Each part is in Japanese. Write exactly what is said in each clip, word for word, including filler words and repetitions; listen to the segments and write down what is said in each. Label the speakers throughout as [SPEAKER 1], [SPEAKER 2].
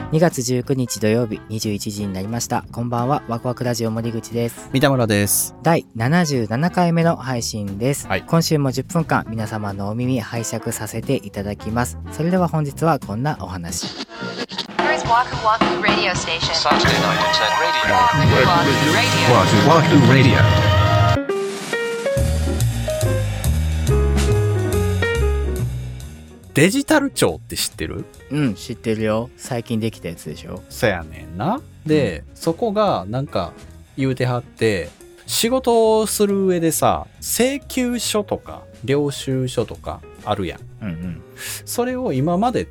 [SPEAKER 1] にがつじゅうくにち土曜日にじゅういちじになりました。こんばんは。ワクワクラジオ森口です。
[SPEAKER 2] 三田村です。
[SPEAKER 1] だいななじゅうななかいめの配信です、
[SPEAKER 2] はい、
[SPEAKER 1] 今週もじゅっぷんかん皆様のお耳拝借させていただきます。それでは本日はこんなお話。
[SPEAKER 2] デジタル庁って知ってる？
[SPEAKER 1] うん、知ってるよ。最近できたやつでしょ。
[SPEAKER 2] そやねんな。で、うん、そこがなんか言うてはって、仕事をする上でさ、請求書とか領収書とかあるやん。
[SPEAKER 1] うんうん。
[SPEAKER 2] それを今までって、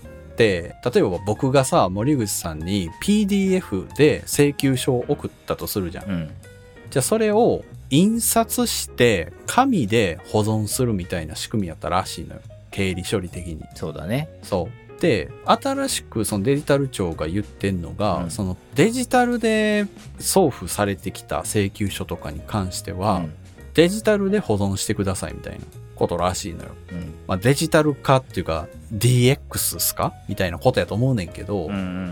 [SPEAKER 2] 例えば僕がさ、森口さんに ピーディーエフ で請求書を送ったとするじゃん。
[SPEAKER 1] うん、じ
[SPEAKER 2] ゃあそれを印刷して紙で保存するみたいな仕組みやったらしいのよ。経理処理的に。
[SPEAKER 1] そうだね。
[SPEAKER 2] そうで、新しくそのデジタル庁が言ってんのが、うん、そのデジタルで送付されてきた請求書とかに関しては、うん、デジタルで保存してくださいみたいなことらしいのよ。うん、まあ、デジタル化っていうか ディーエックス ですかみたいなことやと思うねんけど、うんうん、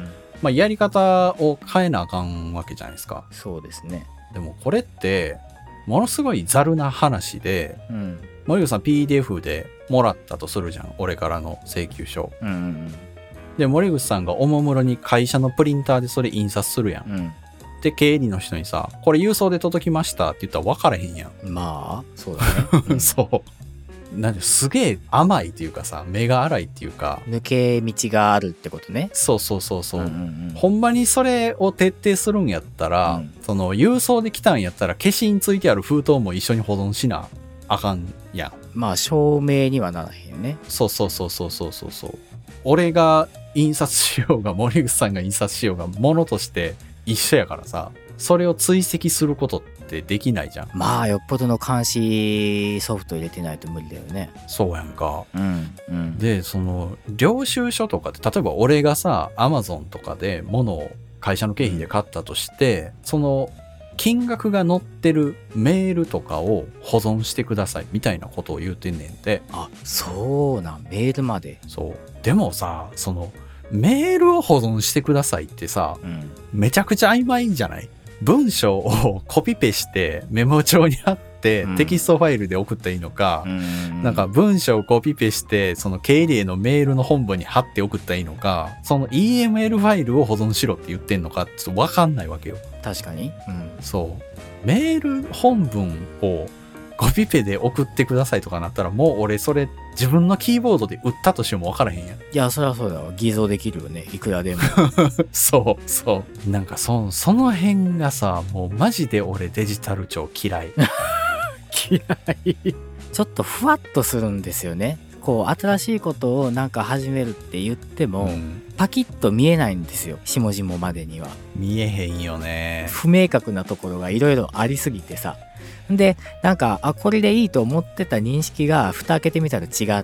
[SPEAKER 2] まあ、やり方を変えなあかんわけじゃないですか。
[SPEAKER 1] そうですね。
[SPEAKER 2] でもこれってものすごいざるな話で、うん、森口さん ピーディーエフ でもらったとするじゃん、俺からの請求書、うんうんうん、で森口さんがおもむろに会社のプリンターでそれ印刷するやん、うん、で経理の人にさ、これ郵送で届きましたって言ったら分からへんやん。
[SPEAKER 1] まあそうだね、うん、
[SPEAKER 2] そうなんですげえ甘いっていうかさ、目が粗いっていうか、
[SPEAKER 1] 抜け道があるってことね。
[SPEAKER 2] そうそうそうそう、うんうんうん、ほんまにそれを徹底するんやったら、うん、その郵送で来たんやったら消しについてある封筒も一緒に保存しなあかんやん。
[SPEAKER 1] まあ証明にはならへんよね。
[SPEAKER 2] そうそうそうそうそうそうそう。俺が印刷しようが森口さんが印刷しようが物として一緒やからさ、それを追跡することってできないじゃん。
[SPEAKER 1] まあよっぽどの監視ソフト入れてないと無理だよね。
[SPEAKER 2] そうやんか、
[SPEAKER 1] うんうん、
[SPEAKER 2] でその領収書とかって例えば俺がさ Amazon とかで物を会社の経費で買ったとして、うん、その金額が載ってるメールとかを保存してくださいみたいなことを言うてんねんて。
[SPEAKER 1] あ、そうなん、メールまで。
[SPEAKER 2] そうでもさ、そのメールを保存してくださいってさ、うん、めちゃくちゃ曖昧じゃない？文章をコピペしてメモ帳に貼ってテキストファイルで送ったらいいのか、うん、なんか文章をコピペしてその経理へのメールの本文に貼って送ったらいいのか、その イーエムエル ファイルを保存しろって言ってんのかちょっと分かんないわけよ。
[SPEAKER 1] 確かに、
[SPEAKER 2] うん、そうメール本文をコピペで送ってくださいとかなったら、もう俺それ自分のキーボードで打ったとしても分からへんやん。い
[SPEAKER 1] やそりゃそうだわ、偽造できるよね、いくらでも
[SPEAKER 2] そうそうなんかそその辺がさ、もうマジで俺デジタル庁嫌い
[SPEAKER 1] 嫌いちょっとふわっとするんですよね。こう新しいことをなんか始めるって言っても、うん、パキッと見えないんですよ。下々までには
[SPEAKER 2] 見えへんよね。
[SPEAKER 1] 不明確なところがいろいろありすぎてさ、でなんかあこれでいいと思ってた認識が蓋開けてみたら違って、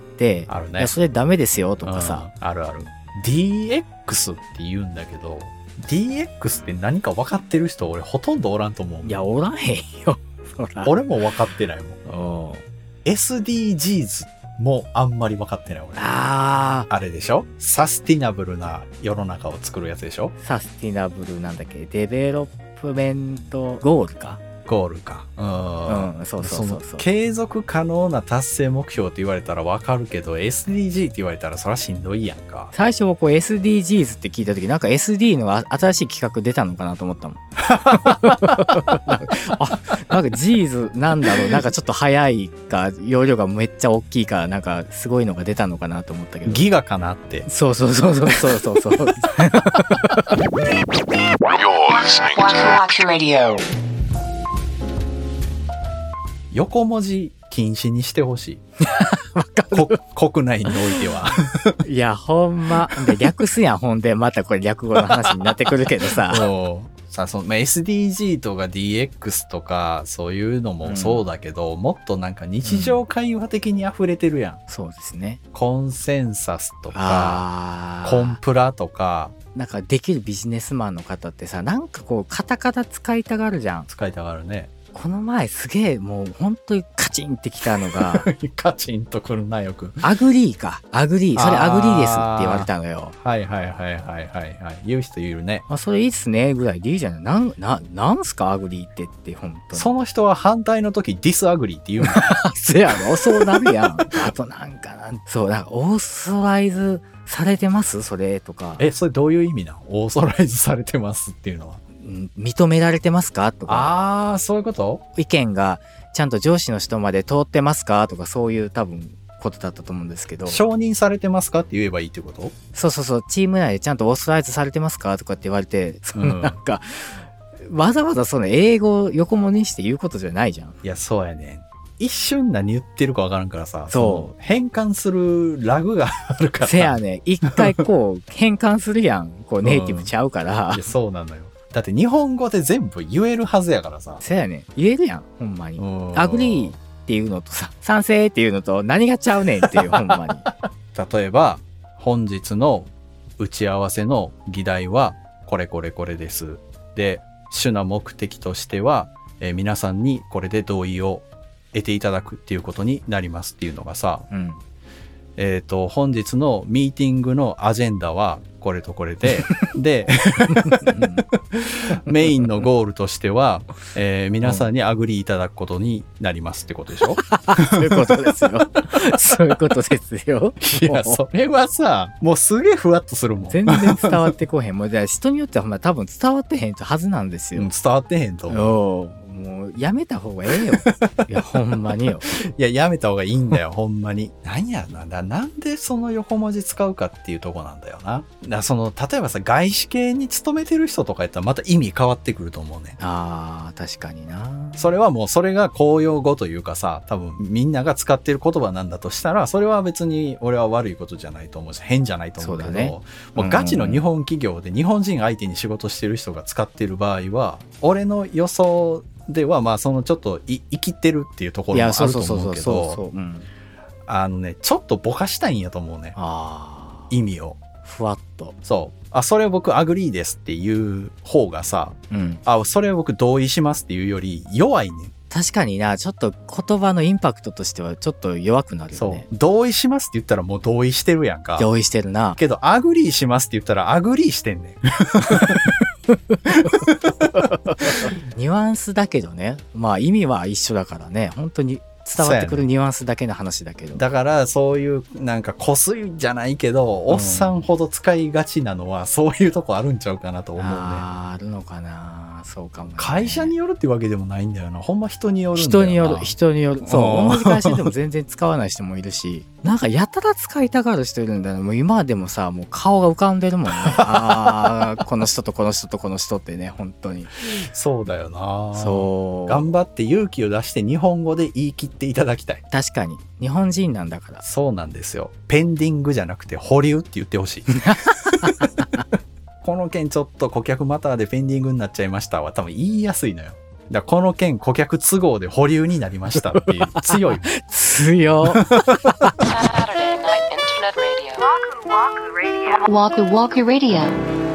[SPEAKER 2] あるね、
[SPEAKER 1] いやそれダメですよとかさ、
[SPEAKER 2] うん、あるある。 ディーエックス って言うんだけど ディーエックス って何か分かってる人俺ほとんどおらんと思う。
[SPEAKER 1] いやおらへんよそら
[SPEAKER 2] 俺も分かってないもん。エスディージーズ もあんまり分かってない俺。
[SPEAKER 1] あ
[SPEAKER 2] あれでしょ、サスティナブルな世の中を作るやつでしょ。
[SPEAKER 1] サスティナブルなんだっけ、デベロップメントゴールか
[SPEAKER 2] ゴールか、うん、
[SPEAKER 1] うん、そうそうそうそう。
[SPEAKER 2] 継続可能な達成目標って言われたらわかるけど エスディージー って言われたらそらしんどいやんか。
[SPEAKER 1] 最初僕 エスディージーズ って聞いた時なんか エスディー の新しい企画出たのかなと思ったもんあ、なんか ジーズ なんだろう、なんかちょっと早いか容量がめっちゃ大きいかなんかすごいのが出たのかなと思ったけど、
[SPEAKER 2] ギガかなって。
[SPEAKER 1] そうそうそうそうそうそうそう
[SPEAKER 2] 横文字禁止にしてほしい国内においてはいや
[SPEAKER 1] ほんまで略すやんほんでまたこれ略語の話になってくるけどさ
[SPEAKER 2] さあその、まあ、エスディージー とか ディーエックス とかそういうのもそうだけど、うん、もっとなんか日常会話的に溢れてるやん、
[SPEAKER 1] うん、そうですね。
[SPEAKER 2] コンセンサスとかコンプラとか
[SPEAKER 1] なんかできるビジネスマンの方ってさ、なんかこうカタカタ使いたがるじゃん。
[SPEAKER 2] 使いたがるね。
[SPEAKER 1] この前すげえもう本当にカチンってきたのが
[SPEAKER 2] カチンとくるなよく。
[SPEAKER 1] アグリーか。アグリー。それアグリーですって言われたのよ。
[SPEAKER 2] はいはいはいはいはいはい。言う人いるね。
[SPEAKER 1] あ、それいいっすねぐらいでいいじゃない。なん、な、なんすかアグリーってって本当に。
[SPEAKER 2] その人は反対の時ディスアグリーって言うの。
[SPEAKER 1] そやろ、そうなるやん。あとなんかなん、そう、なんかオーソライズされてますそれとか。
[SPEAKER 2] え、それどういう意味なの？オーソライズされてますっていうのは。
[SPEAKER 1] 認められてますかとか。
[SPEAKER 2] ああ、そういうこと？
[SPEAKER 1] 意見がちゃんと上司の人まで通ってますかとか、そういう多分ことだったと思うんですけど。
[SPEAKER 2] 承認されてますかって言えばいいってこと？
[SPEAKER 1] そうそうそう、チーム内でちゃんとオーソライズされてますかとかって言われて、そのなんか、うん、わざわざその英語を横文字にして言うことじゃないじゃん。
[SPEAKER 2] いや、そうやね。一瞬何言ってるか分からんからさ、
[SPEAKER 1] そう
[SPEAKER 2] 変換するラグがあるから。
[SPEAKER 1] せやね、一回こう変換するやん、こうネイティブちゃうから。
[SPEAKER 2] うん、いやそうなのよ。だって日本語で全部言えるはずやからさ。
[SPEAKER 1] せやね、言えるやん、ほんまに。アグリーっていうのとさ、賛成っていうのと何がちゃうねんっていう、ほんまに。
[SPEAKER 2] 例えば本日の打ち合わせの議題はこれこれこれです。で、主な目的としては、えー、皆さんにこれで同意を得ていただくっていうことになりますっていうのがさ、うん、えっと本日のミーティングのアジェンダはこれとこれででメインのゴールとしては、えー、皆さんにアグリーいただくことになりますってことでしょ。
[SPEAKER 1] そういうことですよ。そういうことですよ。
[SPEAKER 2] いや、それはさ、もうすげえふわっとするもん。
[SPEAKER 1] 全然伝わってこへん。もう人によっては多分伝わってへんはずなんですよ。
[SPEAKER 2] うん、伝わってへんと思う。
[SPEAKER 1] もうやめた方がええよ。いや、ほんまによ。
[SPEAKER 2] いや、やめた方がいいんだよ、ほんまに。なんやな、だなんでその横文字使うかっていうとこなんだよな。だその、例えばさ、外資系に勤めてる人とかやったらまた意味変わってくると思うね。
[SPEAKER 1] ああ、確かにな。
[SPEAKER 2] それはもう、それが公用語というかさ、多分みんなが使ってる言葉なんだとしたら、それは別に俺は悪いことじゃないと思うし、変じゃないと思うけど、そうだね、もうガチの日本企業で日本人相手に仕事してる人が使ってる場合は、俺の予想ではまあそのちょっとい生きてるっていうところもあると思うけど、あのね、ちょっとぼかしたいんやと思うね。あ、意味を
[SPEAKER 1] ふわっと。
[SPEAKER 2] そう、あ、それ僕アグリーですっていう方がさ、うん、あ、それ僕同意しますっていうより弱いねん。
[SPEAKER 1] 確かにな、ちょっと言葉のインパクトとしてはちょっと弱くなるよね。
[SPEAKER 2] そう、同意しますって言ったらもう同意してるやんか。
[SPEAKER 1] 同意してるな。
[SPEAKER 2] けどアグリーしますって言ったらアグリーしてんねん。
[SPEAKER 1] ニュアンスだけどね、まあ意味は一緒だからね、本当に伝わってくるニュアンスだけの話だけど、
[SPEAKER 2] だからそういうなんかこすいじゃないけど、うん、おっさんほど使いがちなのはそういうとこあるんちゃうかなと思うね。
[SPEAKER 1] あー、あるのかな。そうかも、ね、
[SPEAKER 2] 会社によるってわけでもないんだよな。ほんま人によるんだよな。
[SPEAKER 1] 人による人による。そう、同じ会社でも全然使わない人もいるし、なんかやたら使いたがる人いるんだよね。もう今でもさ、もう顔が浮かんでるもんね。ああ、この人とこの人とこの人ってね、本当に。
[SPEAKER 2] そうだよな。
[SPEAKER 1] そう。
[SPEAKER 2] 頑張って勇気を出して日本語で言い切っていただきたい。
[SPEAKER 1] 確かに。日本人なんだから。
[SPEAKER 2] そうなんですよ。ペンディングじゃなくて保留って言ってほしい。この件ちょっと顧客マターでペンディングになっちゃいましたは多分言いやすいのよ。だこの件顧客都合で保留になりましたっていう強い。
[SPEAKER 1] 強。
[SPEAKER 3] Waku Waku Radio。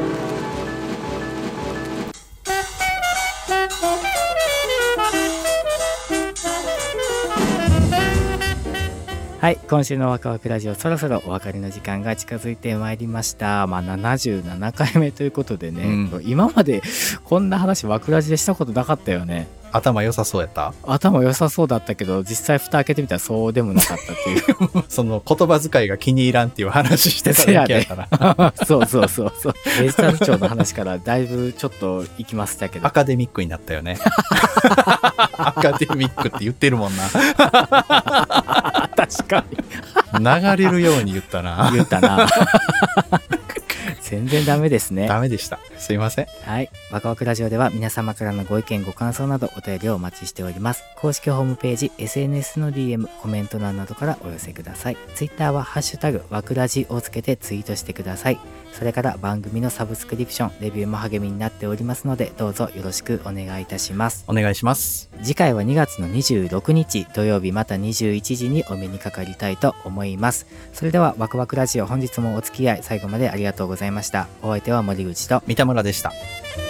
[SPEAKER 1] はい、今週のワクワクラジオ、そろそろお別れの時間が近づいてまいりました。まあななじゅうななかいめということでね、うん、今までこんな話ワクラジでしたことなかったよね。
[SPEAKER 2] 頭良さそうやった？
[SPEAKER 1] 頭良さそうだったけど、実際蓋開けてみたらそうでもなかったっていう
[SPEAKER 2] その言葉遣いが気に入らんっていう話してただけやから、
[SPEAKER 1] ね、そうそうそうそう。デジタル庁の話からだいぶちょっと行きましたけど、
[SPEAKER 2] アカデミックになったよね。アカデミックって言ってるもんな。
[SPEAKER 1] 確か
[SPEAKER 2] に流れるように言ったな。
[SPEAKER 1] 言ったな。全然ダメですね。
[SPEAKER 2] ダメでした。すいません。
[SPEAKER 1] はい。ワクワクラジオでは皆様からのご意見ご感想などお便りをお待ちしております。公式ホームページ、エスエヌエス の ディーエム、コメント欄などからお寄せください。ツイッターはハッシュタグワクラジをつけてツイートしてください。それから番組のサブスクリプション、レビューも励みになっておりますので、どうぞよろしくお願いいたします。
[SPEAKER 2] お願いします。
[SPEAKER 1] 次回はにがつのにじゅうろくにち土曜日、またにじゅういちじにお目にかかりたいと思います。それではワクワクラジオ、本日もお付き合い最後までありがとうございました。お相手は森口と
[SPEAKER 2] 三田村でした。